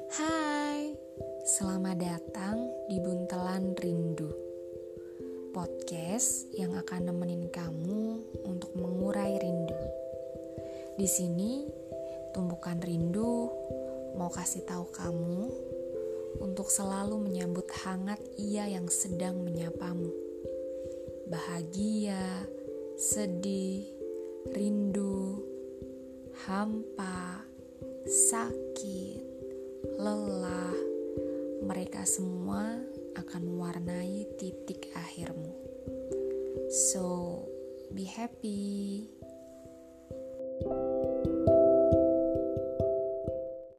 Hai, selamat datang di Buntelan Rindu, podcast yang akan nemenin kamu untuk mengurai rindu. Di sini, tumpukan rindu mau kasih tahu kamu untuk selalu menyambut hangat ia yang sedang menyapamu. Bahagia, sedih, rindu, hampa, sakit, lelah, mereka semua akan mewarnai titik akhirmu. So, be happy.